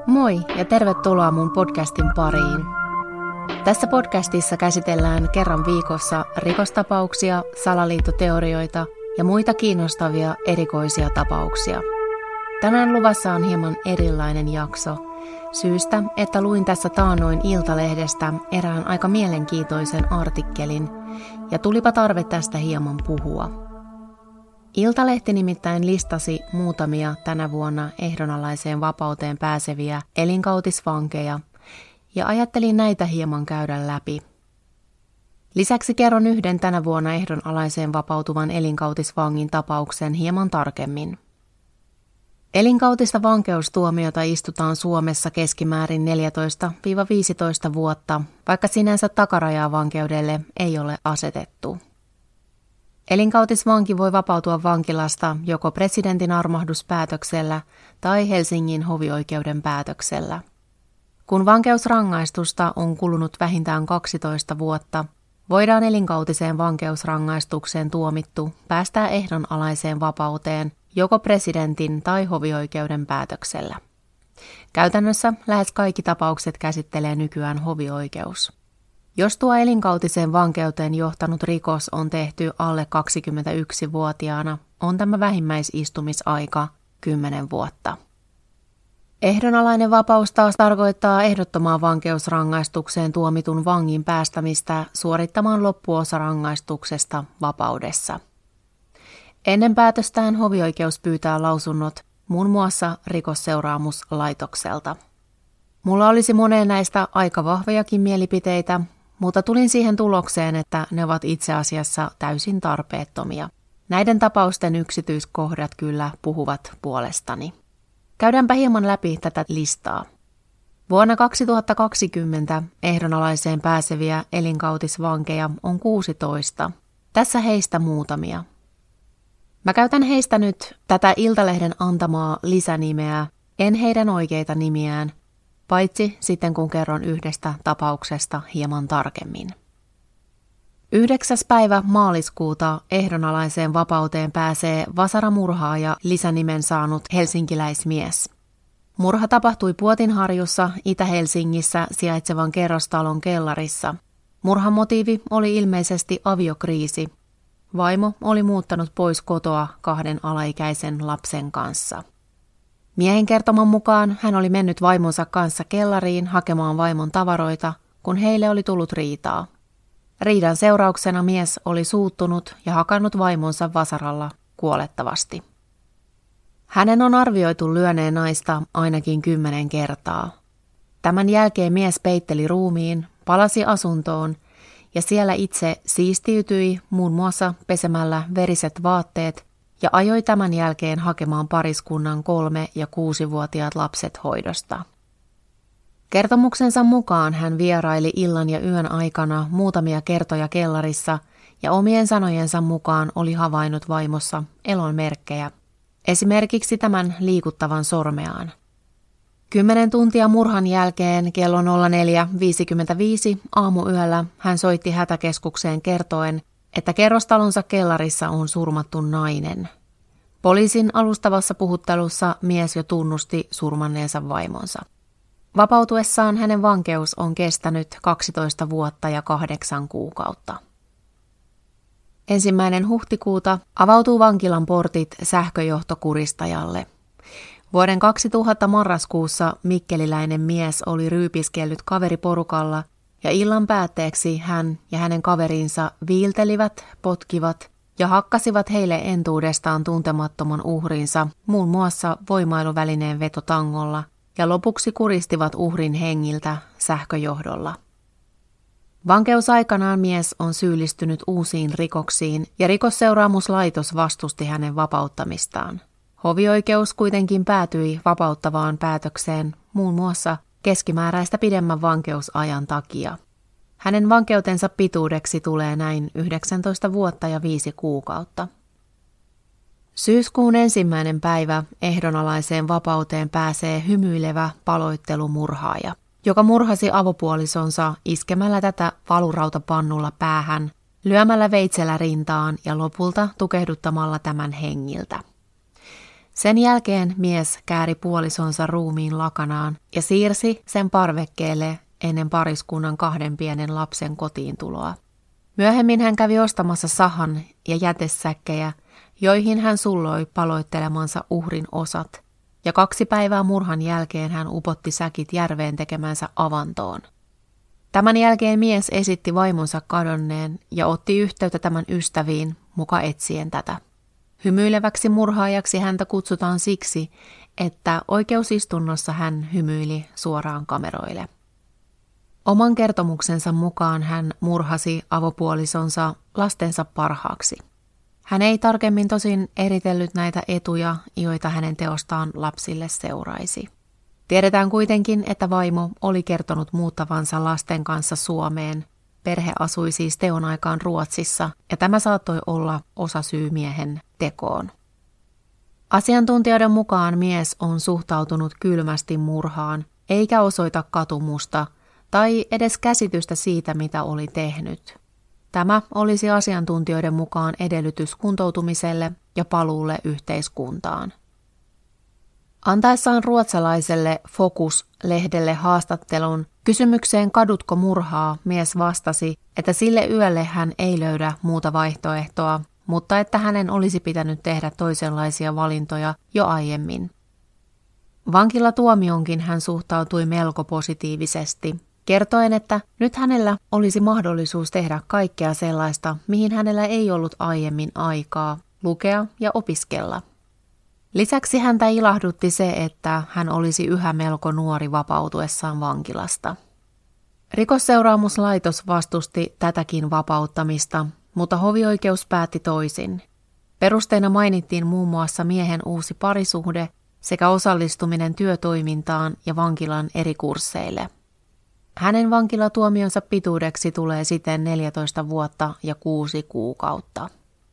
Moi ja tervetuloa mun podcastin pariin. Tässä podcastissa käsitellään kerran viikossa rikostapauksia, salaliittoteorioita ja muita kiinnostavia erikoisia tapauksia. Tänään luvassa on hieman erilainen jakso syystä, että luin tässä taannoin Iltalehdestä erään aika mielenkiintoisen artikkelin ja tulipa tarve tästä hieman puhua. Iltalehti nimittäin listasi muutamia tänä vuonna ehdonalaiseen vapauteen pääseviä elinkautisvankeja ja ajattelin näitä hieman käydä läpi. Lisäksi kerron yhden tänä vuonna ehdonalaiseen vapautuvan elinkautisvangin tapauksen hieman tarkemmin. Elinkautista vankeustuomiota istutaan Suomessa keskimäärin 14-15 vuotta, vaikka sinänsä takarajaa vankeudelle ei ole asetettu. Elinkautisvanki voi vapautua vankilasta joko presidentin armahduspäätöksellä tai Helsingin hovioikeuden päätöksellä. Kun vankeusrangaistusta on kulunut vähintään 12 vuotta, voidaan elinkautiseen vankeusrangaistukseen tuomittu päästää ehdonalaiseen vapauteen joko presidentin tai hovioikeuden päätöksellä. Käytännössä lähes kaikki tapaukset käsittelee nykyään hovioikeus. Jos tuo elinkautiseen vankeuteen johtanut rikos on tehty alle 21-vuotiaana, on tämä vähimmäisistumisaika 10 vuotta. Ehdonalainen vapaus taas tarkoittaa ehdottomaan vankeusrangaistukseen tuomitun vangin päästämistä suorittamaan loppuosa rangaistuksesta vapaudessa. Ennen päätöstään hovioikeus pyytää lausunnot muun muassa rikosseuraamuslaitokselta. Mulla olisi moneen näistä aika vahvojakin mielipiteitä, mutta tulin siihen tulokseen, että ne ovat itse asiassa täysin tarpeettomia. Näiden tapausten yksityiskohdat kyllä puhuvat puolestani. Käydäänpä hieman läpi tätä listaa. Vuonna 2020 ehdonalaiseen pääseviä elinkautisvankeja on 16. Tässä heistä muutamia. Mä käytän heistä nyt tätä Iltalehden antamaa lisänimeä, en heidän oikeita nimiään, paitsi sitten kun kerron yhdestä tapauksesta hieman tarkemmin. 9. päivä maaliskuuta ehdonalaiseen vapauteen pääsee vasaramurhaaja lisänimen saanut helsinkiläismies. Murha tapahtui Puotinharjussa Itä-Helsingissä sijaitsevan kerrostalon kellarissa. Murhan motiivi oli ilmeisesti aviokriisi. Vaimo oli muuttanut pois kotoa 2 alaikäisen lapsen kanssa. Miehen kertoman mukaan hän oli mennyt vaimonsa kanssa kellariin hakemaan vaimon tavaroita, kun heille oli tullut riitaa. Riidan seurauksena mies oli suuttunut ja hakannut vaimonsa vasaralla kuolettavasti. Hänen on arvioitu lyöneen naista ainakin 10 kertaa. Tämän jälkeen mies peitteli ruumiin, palasi asuntoon ja siellä itse siistiytyi muun muassa pesemällä veriset vaatteet ja ajoi tämän jälkeen hakemaan pariskunnan 3- ja 6-vuotiaat lapset hoidosta. Kertomuksensa mukaan hän vieraili illan ja yön aikana muutamia kertoja kellarissa ja omien sanojensa mukaan oli havainnut vaimossa elon merkkejä, esimerkiksi tämän liikuttavan sormeaan. 10 tuntia murhan jälkeen kello 04.55 aamuyöllä hän soitti hätäkeskukseen kertoen, että kerrostalonsa kellarissa on surmattu nainen. Poliisin alustavassa puhuttelussa mies jo tunnusti surmanneensa vaimonsa. Vapautuessaan hänen vankeus on kestänyt 12 vuotta ja 8 kuukautta. 1. huhtikuuta avautuu vankilan portit sähköjohtokuristajalle. Vuoden 2000 marraskuussa mikkeliläinen mies oli ryypiskellyt kaveriporukalla ja illan päätteeksi hän ja hänen kaverinsa viiltelivät, potkivat ja hakkasivat heille entuudestaan tuntemattoman uhrinsa muun muassa voimailuvälineen vetotangolla ja lopuksi kuristivat uhrin hengiltä sähköjohdolla. Vankeusaikanaan mies on syyllistynyt uusiin rikoksiin ja rikosseuraamuslaitos vastusti hänen vapauttamistaan. Hovioikeus kuitenkin päätyi vapauttavaan päätökseen muun muassa keskimääräistä pidemmän vankeusajan takia. Hänen vankeutensa pituudeksi tulee näin 19 vuotta ja 5 kuukautta. Syyskuun 1. päivä ehdonalaiseen vapauteen pääsee hymyilevä paloittelumurhaaja, joka murhasi avopuolisonsa iskemällä tätä valurautapannulla päähän, lyömällä veitsellä rintaan ja lopulta tukehduttamalla tämän hengiltä. Sen jälkeen mies kääri puolisonsa ruumiin lakanaan ja siirsi sen parvekkeelle ennen pariskunnan 2 pienen lapsen kotiintuloa. Myöhemmin hän kävi ostamassa sahan ja jätesäkkejä, joihin hän sulloi paloittelemansa uhrin osat, ja 2 päivää murhan jälkeen hän upotti säkit järveen tekemänsä avantoon. Tämän jälkeen mies esitti vaimonsa kadonneen ja otti yhteyttä tämän ystäviin, muka etsien tätä. Hymyileväksi murhaajaksi häntä kutsutaan siksi, että oikeusistunnossa hän hymyili suoraan kameroille. Oman kertomuksensa mukaan hän murhasi avopuolisonsa lastensa parhaaksi. Hän ei tarkemmin tosin eritellyt näitä etuja, joita hänen teostaan lapsille seuraisi. Tiedetään kuitenkin, että vaimo oli kertonut muuttavansa lasten kanssa Suomeen. Perhe asui siis teon aikaan Ruotsissa, ja tämä saattoi olla osasyy miehen tekoon. Asiantuntijoiden mukaan mies on suhtautunut kylmästi murhaan, eikä osoita katumusta tai edes käsitystä siitä, mitä oli tehnyt. Tämä olisi asiantuntijoiden mukaan edellytys kuntoutumiselle ja paluulle yhteiskuntaan. Antaessaan ruotsalaiselle Focus-lehdelle haastattelun kysymykseen kadutko murhaa, mies vastasi, että sille yölle hän ei löydä muuta vaihtoehtoa, mutta että hänen olisi pitänyt tehdä toisenlaisia valintoja jo aiemmin. Vankilatuomionkin hän suhtautui melko positiivisesti, kertoen, että nyt hänellä olisi mahdollisuus tehdä kaikkea sellaista, mihin hänellä ei ollut aiemmin aikaa, lukea ja opiskella. Lisäksi häntä ilahdutti se, että hän olisi yhä melko nuori vapautuessaan vankilasta. Rikosseuraamuslaitos vastusti tätäkin vapauttamista, mutta hovioikeus päätti toisin. Perusteena mainittiin muun muassa miehen uusi parisuhde sekä osallistuminen työtoimintaan ja vankilan eri kursseille. Hänen vankilatuomionsa pituudeksi tulee siten 14 vuotta ja 6 kuukautta.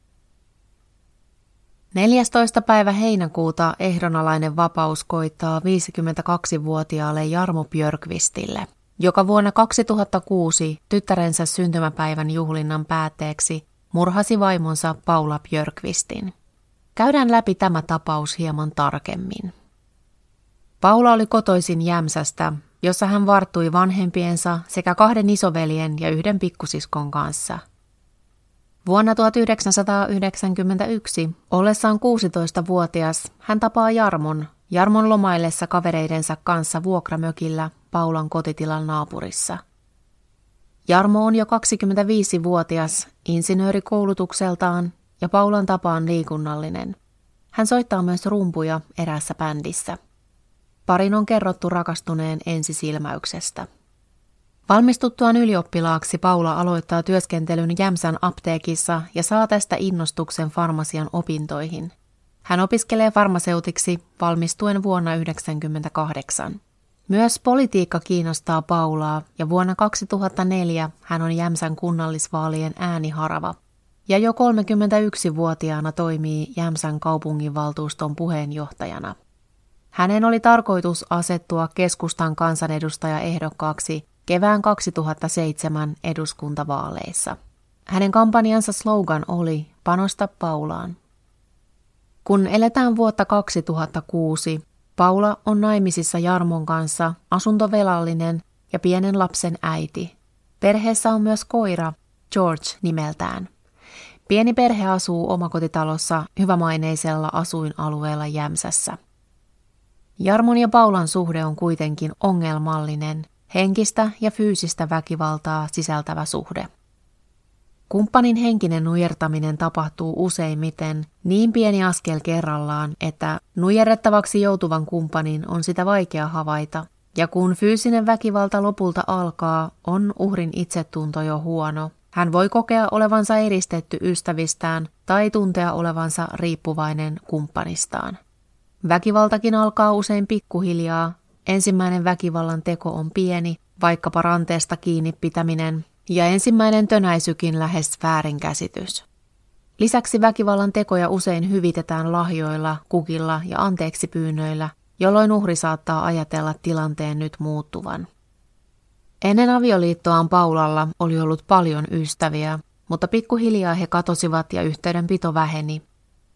14. päivä heinäkuuta ehdonalainen vapaus koittaa 52-vuotiaalle Jarmo Björkvistille, joka vuonna 2006 tyttärensä syntymäpäivän juhlinnan päätteeksi murhasi vaimonsa Paula Björkvistin. Käydään läpi tämä tapaus hieman tarkemmin. Paula oli kotoisin Jämsästä, jossa hän varttui vanhempiensa sekä 2 isoveljen ja 1 pikkusiskon kanssa. Vuonna 1991, ollessaan 16-vuotias, hän tapaa Jarmon lomaillessa kavereidensa kanssa vuokramökillä Paulan kotitilan naapurissa. Jarmo on jo 25-vuotias, insinöörikoulutukseltaan ja Paulan tapaan liikunnallinen. Hän soittaa myös rumpuja eräässä bändissä. Parin on kerrottu rakastuneen ensisilmäyksestä. Valmistuttuaan ylioppilaaksi Paula aloittaa työskentelyn Jämsän apteekissa ja saa tästä innostuksen farmasian opintoihin. Hän opiskelee farmaseutiksi valmistuen vuonna 1998. Myös politiikka kiinnostaa Paulaa ja vuonna 2004 hän on Jämsän kunnallisvaalien ääniharava ja jo 31-vuotiaana toimii Jämsän kaupunginvaltuuston puheenjohtajana. Hänen oli tarkoitus asettua keskustan kansanedustajaehdokkaaksi kevään 2007 eduskuntavaaleissa. Hänen kampanjansa slogan oli "Panosta Paulaan". Kun eletään vuotta 2006, Paula on naimisissa Jarmon kanssa, asuntovelallinen ja pienen lapsen äiti. Perheessä on myös koira, George nimeltään. Pieni perhe asuu omakotitalossa hyvämaineisella asuinalueella Jämsässä. Jarmon ja Paulan suhde on kuitenkin ongelmallinen, henkistä ja fyysistä väkivaltaa sisältävä suhde. Kumppanin henkinen nujertaminen tapahtuu useimmiten niin pieni askel kerrallaan, että nujerrettavaksi joutuvan kumppanin on sitä vaikea havaita, ja kun fyysinen väkivalta lopulta alkaa, on uhrin itsetunto jo huono. Hän voi kokea olevansa eristetty ystävistään tai tuntea olevansa riippuvainen kumppanistaan. Väkivaltakin alkaa usein pikkuhiljaa. Ensimmäinen väkivallan teko on pieni, vaikkapa ranteesta kiinni pitäminen, ja ensimmäinen tönäisykin lähes väärinkäsitys. Lisäksi väkivallan tekoja usein hyvitetään lahjoilla, kukilla ja anteeksipyynnöillä, jolloin uhri saattaa ajatella tilanteen nyt muuttuvan. Ennen avioliittoaan Paulalla oli ollut paljon ystäviä, mutta pikkuhiljaa he katosivat ja yhteydenpito väheni.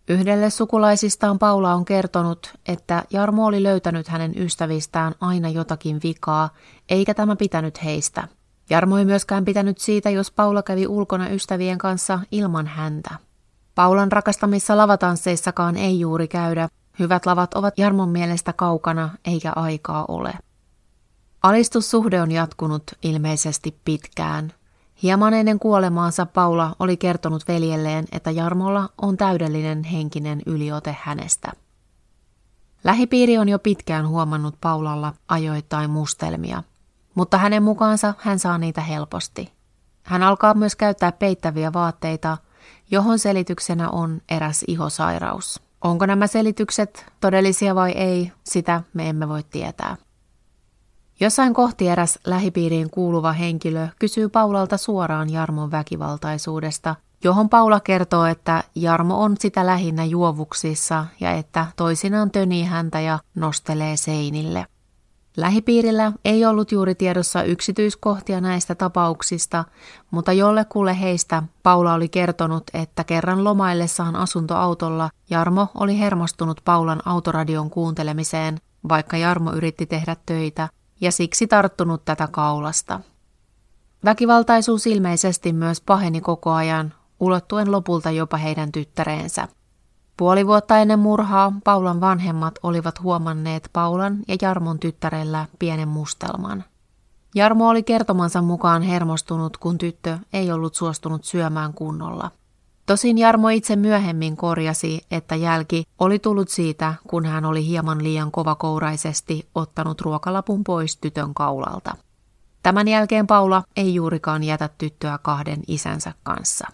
Yhdelle sukulaisistaan Paula on kertonut, että Jarmo oli löytänyt hänen ystävistään aina jotakin vikaa, eikä tämä pitänyt heistä. Jarmo ei myöskään pitänyt siitä, jos Paula kävi ulkona ystävien kanssa ilman häntä. Paulan rakastamissa lavatansseissakaan ei juuri käydä. Hyvät lavat ovat Jarmon mielestä kaukana, eikä aikaa ole. Alistussuhde on jatkunut ilmeisesti pitkään. Hieman ennen kuolemaansa Paula oli kertonut veljelleen, että Jarmolla on täydellinen henkinen yliote hänestä. Lähipiiri on jo pitkään huomannut Paulalla ajoittain mustelmia, mutta hänen mukaansa hän saa niitä helposti. Hän alkaa myös käyttää peittäviä vaatteita, johon selityksenä on eräs ihosairaus. Onko nämä selitykset todellisia vai ei, sitä me emme voi tietää. Jossain kohti eräs lähipiiriin kuuluva henkilö kysyy Paulalta suoraan Jarmon väkivaltaisuudesta, johon Paula kertoo, että Jarmo on sitä lähinnä juovuksissa ja että toisinaan tönii häntä ja nostelee seinille. Lähipiirillä ei ollut juuri tiedossa yksityiskohtia näistä tapauksista, mutta jollekulle heistä Paula oli kertonut, että kerran lomaillessaan asuntoautolla Jarmo oli hermostunut Paulan autoradion kuuntelemiseen, vaikka Jarmo yritti tehdä töitä, ja siksi tarttunut tätä kaulasta. Väkivaltaisuus ilmeisesti myös paheni koko ajan, ulottuen lopulta jopa heidän tyttäreensä. Puoli vuotta ennen murhaa Paulan vanhemmat olivat huomanneet Paulan ja Jarmon tyttärellä pienen mustelman. Jarmo oli kertomansa mukaan hermostunut, kun tyttö ei ollut suostunut syömään kunnolla. Tosin Jarmo itse myöhemmin korjasi, että jälki oli tullut siitä, kun hän oli hieman liian kovakouraisesti ottanut ruokalapun pois tytön kaulalta. Tämän jälkeen Paula ei juurikaan jätä tyttöä kahden isänsä kanssa.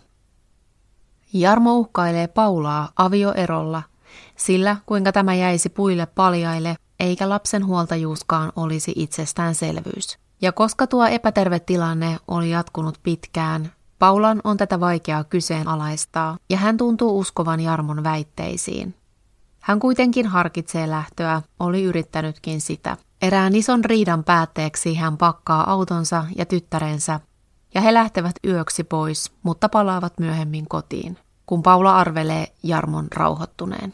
Jarmo uhkailee Paulaa avioerolla, sillä kuinka tämä jäisi puille paljaille, eikä lapsen huoltajuuskaan olisi itsestäänselvyys. Ja koska tuo epäterve tilanne oli jatkunut pitkään, Paulan on tätä vaikeaa kyseenalaistaa, ja hän tuntuu uskovan Jarmon väitteisiin. Hän kuitenkin harkitsee lähtöä, oli yrittänytkin sitä. Erään ison riidan päätteeksi hän pakkaa autonsa ja tyttärensä, ja he lähtevät yöksi pois, mutta palaavat myöhemmin kotiin, kun Paula arvelee Jarmon rauhoittuneen.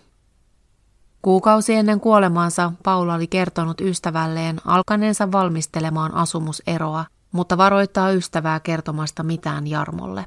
Kuukausi ennen kuolemaansa Paula oli kertonut ystävälleen alkaneensa valmistelemaan asumuseroa, mutta varoittaa ystävää kertomasta mitään Jarmolle.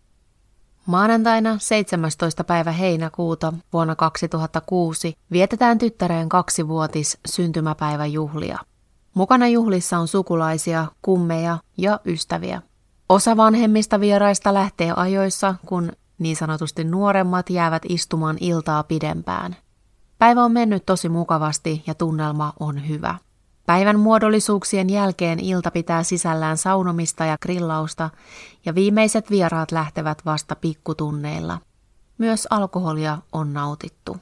Maanantaina 17. päivä heinäkuuta vuonna 2006 vietetään tyttäreen 2-vuotis syntymäpäiväjuhlia. Mukana juhlissa on sukulaisia, kummeja ja ystäviä. Osa vanhemmista vieraista lähtee ajoissa, kun niin sanotusti nuoremmat jäävät istumaan iltaa pidempään. Päivä on mennyt tosi mukavasti ja tunnelma on hyvä. Päivän muodollisuuksien jälkeen ilta pitää sisällään saunomista ja grillausta ja viimeiset vieraat lähtevät vasta pikkutunneilla. Myös alkoholia on nautittu.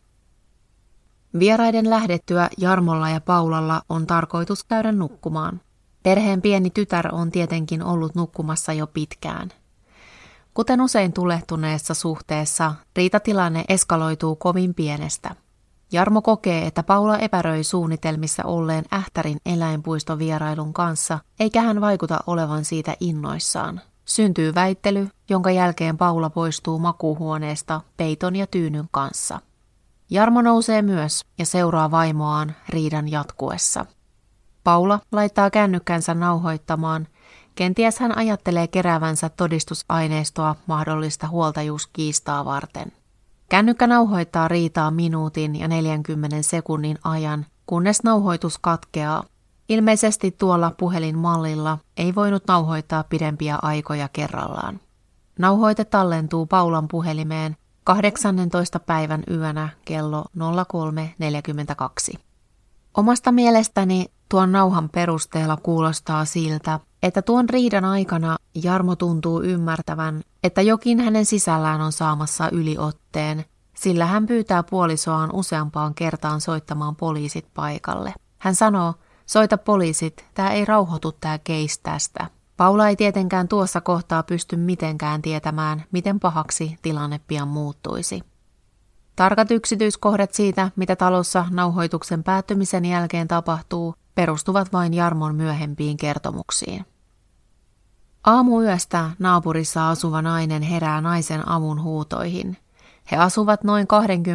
Vieraiden lähdettyä Jarmolla ja Paulalla on tarkoitus käydä nukkumaan. Perheen pieni tytär on tietenkin ollut nukkumassa jo pitkään. Kuten usein tulehtuneessa suhteessa, riitatilanne eskaloituu kovin pienestä. Jarmo kokee, että Paula epäröi suunnitelmissa olleen Ähtärin eläinpuistovierailun kanssa, eikä hän vaikuta olevan siitä innoissaan. Syntyy väittely, jonka jälkeen Paula poistuu makuuhuoneesta peiton ja tyynyn kanssa. Jarmo nousee myös ja seuraa vaimoaan riidan jatkuessa. Paula laittaa kännykkänsä nauhoittamaan. Kenties hän ajattelee keräävänsä todistusaineistoa mahdollista huoltajuuskiistaa varten. Kännykkä nauhoittaa riitaa minuutin ja 40 sekunnin ajan, kunnes nauhoitus katkeaa. Ilmeisesti tuolla puhelinmallilla ei voinut nauhoittaa pidempiä aikoja kerrallaan. Nauhoite tallentuu Paulan puhelimeen 18. päivän yönä kello 03.42. Omasta mielestäni tuon nauhan perusteella kuulostaa siltä, että tuon riidan aikana Jarmo tuntuu ymmärtävän, että jokin hänen sisällään on saamassa yliotteen, sillä hän pyytää puolisoaan useampaan kertaan soittamaan poliisit paikalle. Hän sanoo, soita poliisit, tää ei rauhoitu tää case tästä. Paula ei tietenkään tuossa kohtaa pysty mitenkään tietämään, miten pahaksi tilanne pian muuttuisi. Tarkat yksityiskohdat siitä, mitä talossa nauhoituksen päättymisen jälkeen tapahtuu, perustuvat vain Jarmon myöhempiin kertomuksiin. Aamuyöstä naapurissa asuva nainen herää naisen avun huutoihin. He asuvat noin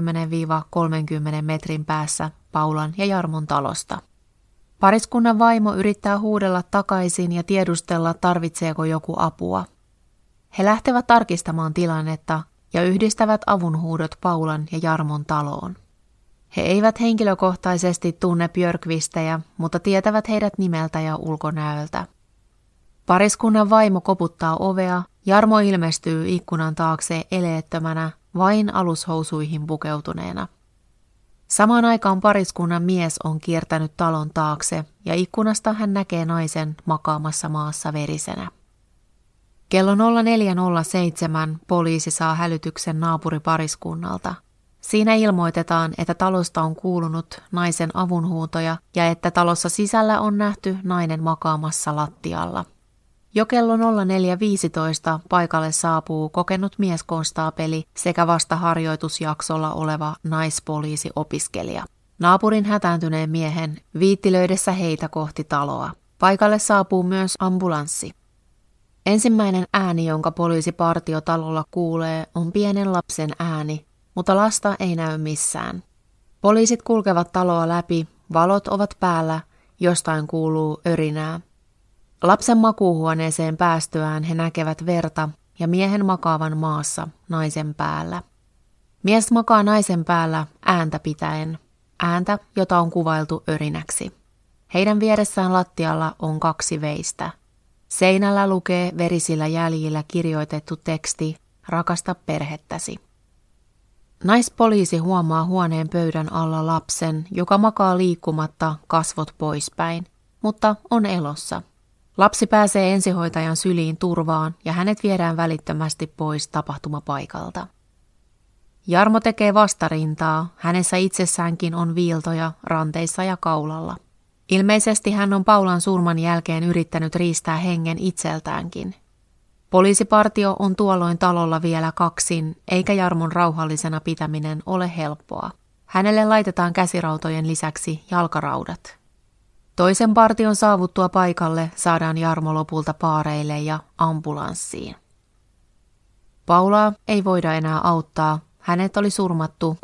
20–30 metrin päässä Paulan ja Jarmon talosta. Pariskunnan vaimo yrittää huudella takaisin ja tiedustella, tarvitseeko joku apua. He lähtevät tarkistamaan tilannetta ja yhdistävät avunhuudot Paulan ja Jarmon taloon. He eivät henkilökohtaisesti tunne Björkvistejä, mutta tietävät heidät nimeltä ja ulkonäöltä. Pariskunnan vaimo koputtaa ovea, Jarmo ilmestyy ikkunan taakse eleettömänä, vain alushousuihin pukeutuneena. Samaan aikaan pariskunnan mies on kiertänyt talon taakse ja ikkunasta hän näkee naisen makaamassa maassa verisenä. Kello 04.07 poliisi saa hälytyksen naapuripariskunnalta. Siinä ilmoitetaan, että talosta on kuulunut naisen avunhuutoja ja että talossa sisällä on nähty nainen makaamassa lattialla. Jo kello 04.15 paikalle saapuu kokenut mieskonstaapeli sekä vasta harjoitusjaksolla oleva naispoliisiopiskelija. Naapurin hätääntyneen miehen viittilöidessä heitä kohti taloa. Paikalle saapuu myös ambulanssi. Ensimmäinen ääni, jonka poliisipartio talolla kuulee, on pienen lapsen ääni, mutta lasta ei näy missään. Poliisit kulkevat taloa läpi, valot ovat päällä, jostain kuuluu örinää. Lapsen makuuhuoneeseen päästyään he näkevät verta ja miehen makaavan maassa naisen päällä. Mies makaa naisen päällä ääntä pitäen, ääntä, jota on kuvailtu örinäksi. Heidän vieressään lattialla on 2 veistä. Seinällä lukee verisillä jäljillä kirjoitettu teksti, rakasta perhettäsi. Naispoliisi huomaa huoneen pöydän alla lapsen, joka makaa liikkumatta kasvot poispäin, mutta on elossa. Lapsi pääsee ensihoitajan syliin turvaan ja hänet viedään välittömästi pois tapahtumapaikalta. Jarmo tekee vastarintaa, hänessä itsessäänkin on viiltoja ranteissa ja kaulalla. Ilmeisesti hän on Paulan surman jälkeen yrittänyt riistää hengen itseltäänkin. Poliisipartio on tuolloin talolla vielä kaksin, eikä Jarmon rauhallisena pitäminen ole helppoa. Hänelle laitetaan käsirautojen lisäksi jalkaraudat. Toisen partion saavuttua paikalle saadaan Jarmo lopulta paareille ja ambulanssiin. Paulaa ei voida enää auttaa, hänet oli surmattu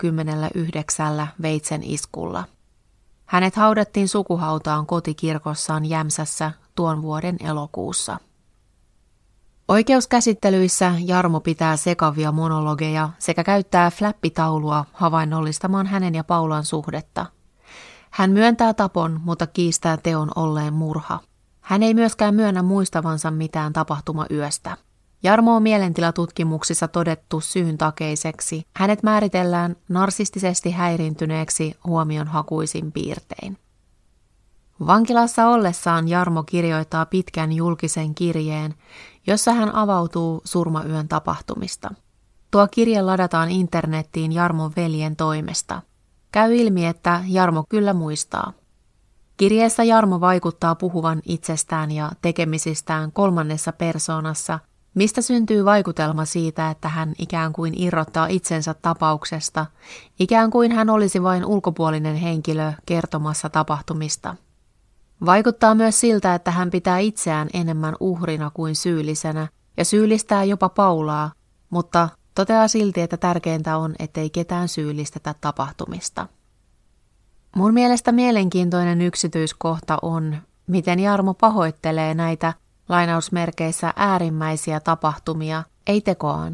69 veitsen iskulla. Hänet haudattiin sukuhautaan kotikirkossaan Jämsässä tuon vuoden elokuussa. Oikeuskäsittelyissä Jarmo pitää sekavia monologeja sekä käyttää fläppitaulua havainnollistamaan hänen ja Paulan suhdetta. Hän myöntää tapon, mutta kiistää teon olleen murha. Hän ei myöskään myönnä muistavansa mitään tapahtumayöstä. Jarmo on mielentilatutkimuksissa todettu syyntakeiseksi. Hänet määritellään narsistisesti häiriintyneeksi huomionhakuisin piirtein. Vankilassa ollessaan Jarmo kirjoittaa pitkän julkisen kirjeen, jossa hän avautuu surmayön tapahtumista. Tuo kirje ladataan internettiin Jarmon veljen toimesta. Käy ilmi, että Jarmo kyllä muistaa. Kirjeessä Jarmo vaikuttaa puhuvan itsestään ja tekemisistään 3. persoonassa, mistä syntyy vaikutelma siitä, että hän ikään kuin irrottaa itsensä tapauksesta, ikään kuin hän olisi vain ulkopuolinen henkilö kertomassa tapahtumista. Vaikuttaa myös siltä, että hän pitää itseään enemmän uhrina kuin syyllisenä ja syyllistää jopa Paulaa, mutta toteaa silti, että tärkeintä on, ettei ketään syyllistetä tapahtumista. Mun mielestä mielenkiintoinen yksityiskohta on, miten Jarmo pahoittelee näitä lainausmerkeissä äärimmäisiä tapahtumia, ei tekoaan.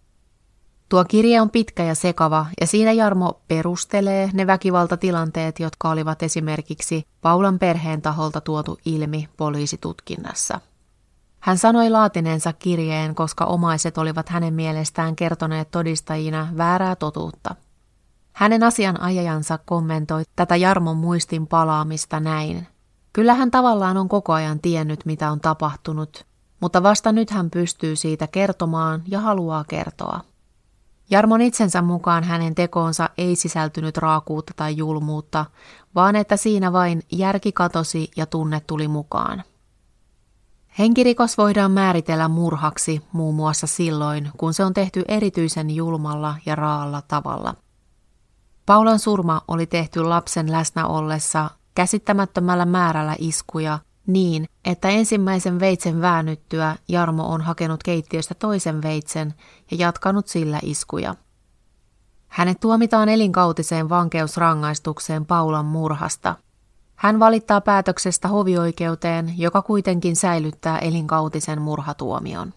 Tuo kirje on pitkä ja sekava ja siinä Jarmo perustelee ne väkivaltatilanteet, jotka olivat esimerkiksi Paulan perheen taholta tuotu ilmi poliisitutkinnassa. Hän sanoi laatineensa kirjeen, koska omaiset olivat hänen mielestään kertoneet todistajina väärää totuutta. Hänen asianajajansa kommentoi tätä Jarmon muistin palaamista näin. Kyllä hän tavallaan on koko ajan tiennyt, mitä on tapahtunut, mutta vasta nyt hän pystyy siitä kertomaan ja haluaa kertoa. Jarmon itsensä mukaan hänen tekoonsa ei sisältynyt raakuutta tai julmuutta, vaan että siinä vain järki katosi ja tunne tuli mukaan. Henkirikos voidaan määritellä murhaksi muun muassa silloin, kun se on tehty erityisen julmalla ja raalla tavalla. Paulan surma oli tehty lapsen läsnä ollessa käsittämättömällä määrällä iskuja niin, että ensimmäisen veitsen väännyttyä Jarmo on hakenut keittiöstä toisen veitsen ja jatkanut sillä iskuja. Hänet tuomitaan elinkautiseen vankeusrangaistukseen Paulan murhasta. Hän valittaa päätöksestä hovioikeuteen, joka kuitenkin säilyttää elinkautisen murhatuomion.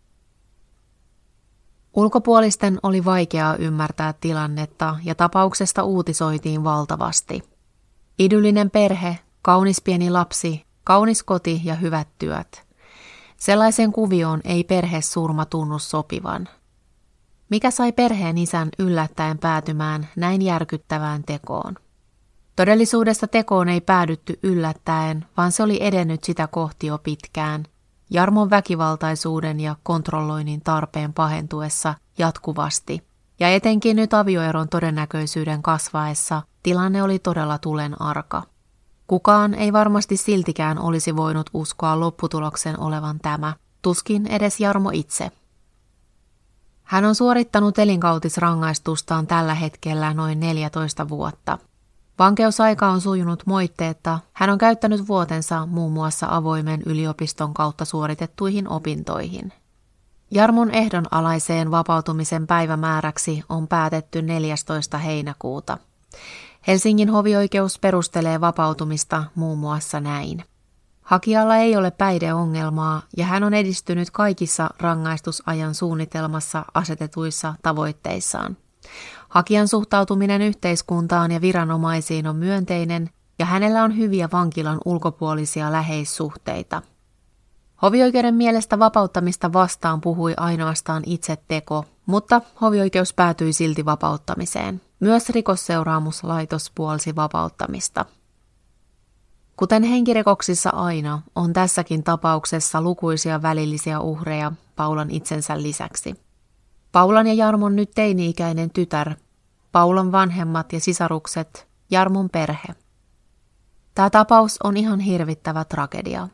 Ulkopuolisten oli vaikeaa ymmärtää tilannetta ja tapauksesta uutisoitiin valtavasti. Idyllinen perhe, kaunis pieni lapsi, kaunis koti ja hyvät työt. Sellaiseen kuvioon ei perhesurma tunnu sopivan. Mikä sai perheen isän yllättäen päätymään näin järkyttävään tekoon? Todellisuudessa tekoon ei päädytty yllättäen, vaan se oli edennyt sitä kohti jo pitkään, Jarmon väkivaltaisuuden ja kontrolloinnin tarpeen pahentuessa jatkuvasti, ja etenkin nyt avioeron todennäköisyyden kasvaessa tilanne oli todella tulen arka. Kukaan ei varmasti siltikään olisi voinut uskoa lopputuloksen olevan tämä, tuskin edes Jarmo itse. Hän on suorittanut elinkautisrangaistustaan tällä hetkellä noin 14 vuotta. Vankeusaika on sujunut moitteetta, hän on käyttänyt vuotensa muun muassa avoimen yliopiston kautta suoritettuihin opintoihin. Jarmon ehdonalaiseen vapautumisen päivämääräksi on päätetty 14. heinäkuuta. Helsingin hovioikeus perustelee vapautumista muun muassa näin. Hakijalla ei ole päihdeongelmaa ja hän on edistynyt kaikissa rangaistusajan suunnitelmassa asetetuissa tavoitteissaan. Hakijan suhtautuminen yhteiskuntaan ja viranomaisiin on myönteinen ja hänellä on hyviä vankilan ulkopuolisia läheissuhteita. Hovioikeuden mielestä vapauttamista vastaan puhui ainoastaan itse teko, mutta hovioikeus päätyi silti vapauttamiseen. Myös Rikosseuraamuslaitos puolsi vapauttamista. Kuten henkirikoksissa aina, on tässäkin tapauksessa lukuisia välillisiä uhreja Paulan itsensä lisäksi. Paulan ja Jarmon nyt teini-ikäinen tytär, Paulan vanhemmat ja sisarukset, Jarmon perhe. Tämä tapaus on ihan hirvittävä tragedia.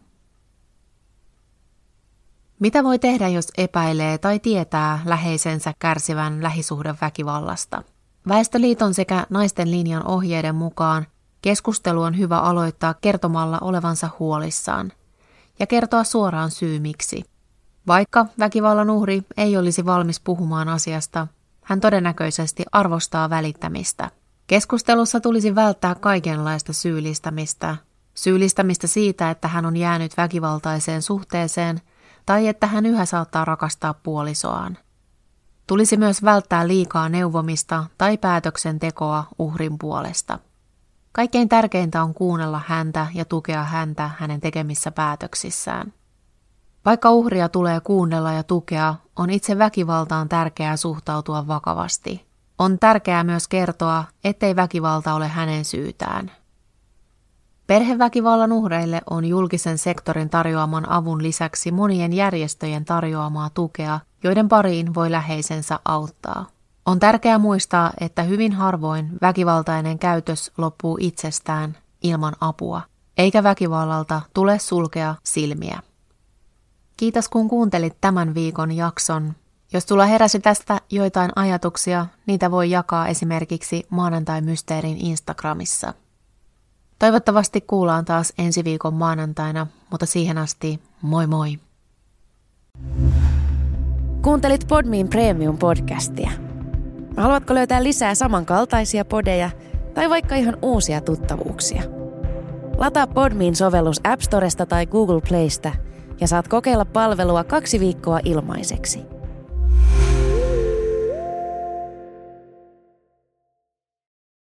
Mitä voi tehdä, jos epäilee tai tietää läheisensä kärsivän lähisuhdeväkivallasta? Väestöliiton sekä Naisten linjan ohjeiden mukaan keskustelu on hyvä aloittaa kertomalla olevansa huolissaan ja kertoa suoraan syy miksi. Vaikka väkivallan uhri ei olisi valmis puhumaan asiasta, hän todennäköisesti arvostaa välittämistä. Keskustelussa tulisi välttää kaikenlaista syyllistämistä siitä, että hän on jäänyt väkivaltaiseen suhteeseen tai että hän yhä saattaa rakastaa puolisoaan. Tulisi myös välttää liikaa neuvomista tai päätöksentekoa uhrin puolesta. Kaikkein tärkeintä on kuunnella häntä ja tukea häntä hänen tekemissä päätöksissään. Vaikka uhria tulee kuunnella ja tukea, on itse väkivaltaan tärkeää suhtautua vakavasti. On tärkeää myös kertoa, ettei väkivalta ole hänen syytään. Perheväkivallan uhreille on julkisen sektorin tarjoaman avun lisäksi monien järjestöjen tarjoamaa tukea, joiden pariin voi läheisensä auttaa. On tärkeää muistaa, että hyvin harvoin väkivaltainen käytös loppuu itsestään ilman apua, eikä väkivallalta tule sulkea silmiä. Kiitos kun kuuntelit tämän viikon jakson. Jos sulla heräsi tästä joitain ajatuksia, niitä voi jakaa esimerkiksi Maanantai-mysteerin Instagramissa. Toivottavasti kuullaan taas ensi viikon maanantaina, mutta siihen asti moi moi! Kuuntelit Podmin Premium-podcastia. Haluatko löytää lisää samankaltaisia podeja tai vaikka ihan uusia tuttavuuksia? Lataa Podmin sovellus App Storesta tai Google Playsta ja saat kokeilla palvelua 2 viikkoa ilmaiseksi.